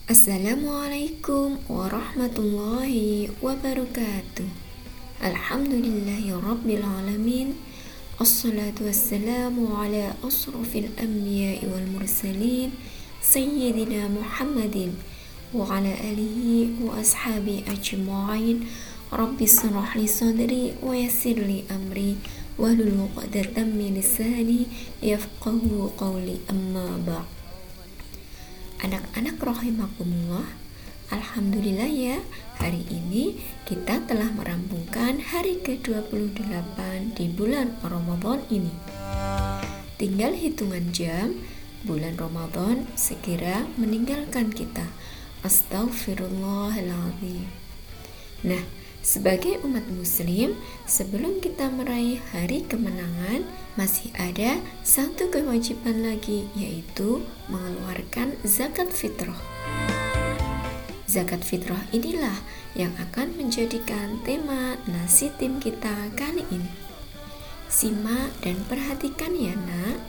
Assalamualaikum warahmatullahi wabarakatuh. Alhamdulillahi rabbil alamin. Assalatu wassalamu ala asrafil anbiya'i wal mursalin Sayyidina Muhammadin wa ala alihi wa ashabi ajma'in. Rabbi shrah li sadri wa yassir li amri wahlul 'uqdatam min lisani yafqahu qawli, amma ba'd. Anak-anak rahimakumullah, alhamdulillah ya, hari ini kita telah merampungkan hari ke-28 di bulan Ramadan ini. Tinggal hitungan jam, bulan Ramadan segera meninggalkan kita. Astaghfirullahaladzim. Nah, sebagai umat muslim, sebelum kita meraih hari kemenangan, masih ada satu kewajiban lagi, yaitu mengeluarkan zakat fitrah. Zakat fitrah inilah yang akan menjadikan tema nasi tim kita kali ini. Simak dan perhatikan ya nak.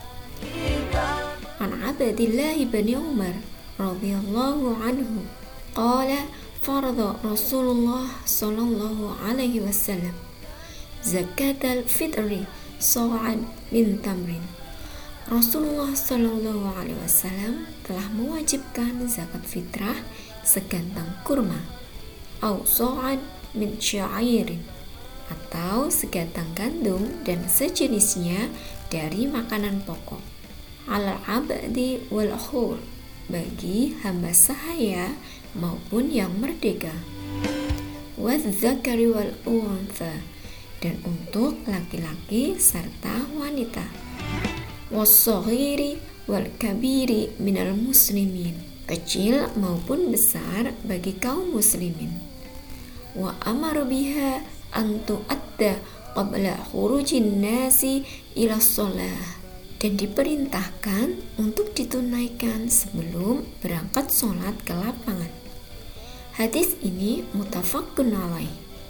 An Abdillah bin Umar radhiyallahu anhu qala farada Rasulullah sallallahu alaihi wasallam zakat al-fitri sa'an min tamrin. Rasulullah sallallahu alaihi wasallam telah mewajibkan zakat fitrah segantang kurma, au sa'an min syairin, atau segantang gandum dan sejenisnya dari makanan pokok, ala abdi wal hur, bagi hamba sahaya maupun yang merdeka, wa dzakari wal untha, dan untuk laki-laki serta wanita, was-shaghiri wal kabiri minal muslimin, kecil maupun besar bagi kaum muslimin, wa amara biha an tu'adda qabla khurujin nasi ila shalah, dan diperintahkan untuk ditunaikan sebelum berangkat sholat ke lapangan. Hadis ini muttafaqun alaih.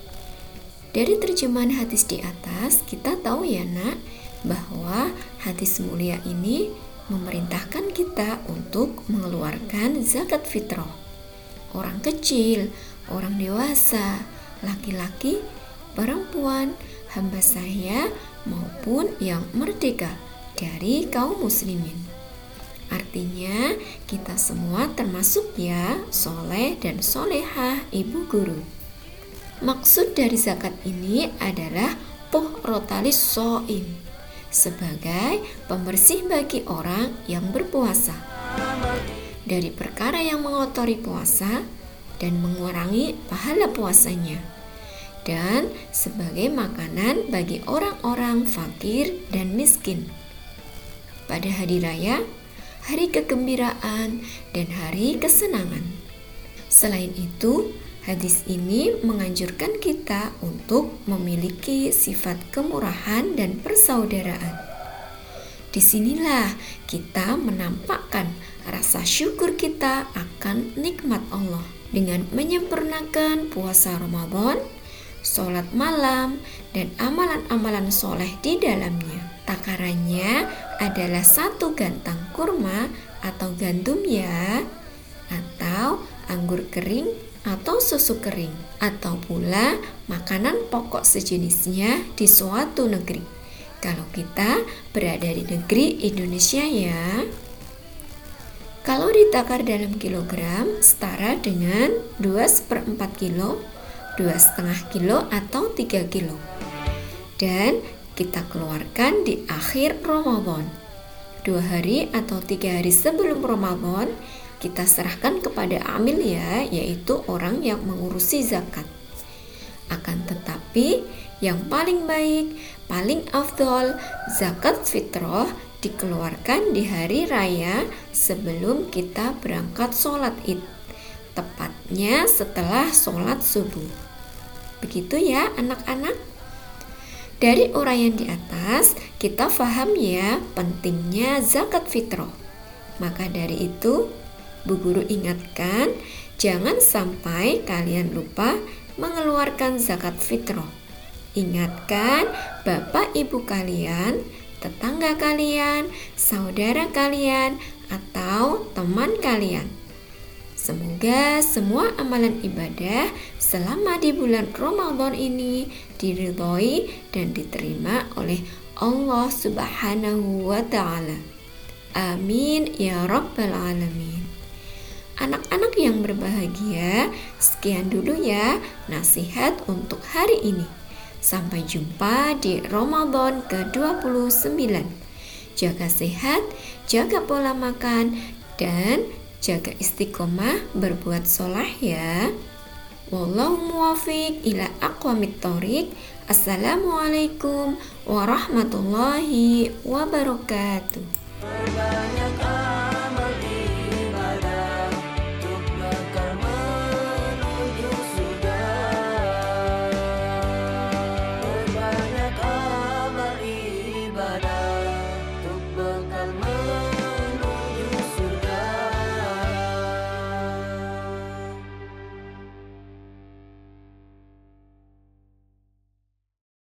Dari terjemahan hadis di atas, kita tahu ya nak, bahwa hadis mulia ini memerintahkan kita untuk mengeluarkan zakat fitrah. Orang kecil, orang dewasa, laki-laki, perempuan, hamba sahaya maupun yang merdeka dari kaum muslimin. Artinya kita semua termasuk ya, soleh dan solehah ibu guru. Maksud dari zakat ini adalah tuhrotalis so'im, sebagai pembersih bagi orang yang berpuasa dari perkara yang mengotori puasa dan mengurangi pahala puasanya, dan sebagai makanan bagi orang-orang fakir dan miskin pada hari raya, hari kegembiraan, dan hari kesenangan. Selain itu, hadis ini menganjurkan kita untuk memiliki sifat kemurahan dan persaudaraan. Disinilah kita menampakkan rasa syukur kita akan nikmat Allah dengan menyempurnakan puasa Ramadan, sholat malam, dan amalan-amalan soleh di dalamnya. Takarannya adalah 1 gantang kurma atau gandum ya, atau anggur kering atau susu kering, atau pula makanan pokok sejenisnya di suatu negeri. Kalau kita berada di negeri Indonesia ya. Kalau ditakar dalam kilogram, setara dengan 2/4 kilo, 2,5 kilo atau 3 kilo. Dan kita keluarkan di akhir Ramadan. 2 hari atau 3 hari sebelum Ramadan, kita serahkan kepada amil ya, yaitu orang yang mengurusi zakat. Akan tetapi yang paling baik, paling afdol, zakat fitrah dikeluarkan di hari raya sebelum kita berangkat sholat id, tepatnya setelah sholat subuh. Begitu ya anak-anak. Dari uraian di atas, kita paham ya pentingnya zakat fitrah. Maka dari itu, Bu Guru ingatkan, jangan sampai kalian lupa mengeluarkan zakat fitrah. Ingatkan bapak ibu kalian, tetangga kalian, saudara kalian, atau teman kalian. Semoga semua amalan ibadah selama di bulan Ramadan ini diridhoi dan diterima oleh Allah Subhanahu wa Ta'ala. Amin ya Rabbal Alamin. Anak-anak yang berbahagia, sekian dulu ya nasihat untuk hari ini. Sampai jumpa di Ramadan ke-29. Jaga sehat, jaga pola makan, dan jaga istiqomah berbuat sholah ya. Wallahu muwafiq ila aqwamit thoriq. Assalamualaikum warahmatullahi wabarakatuh.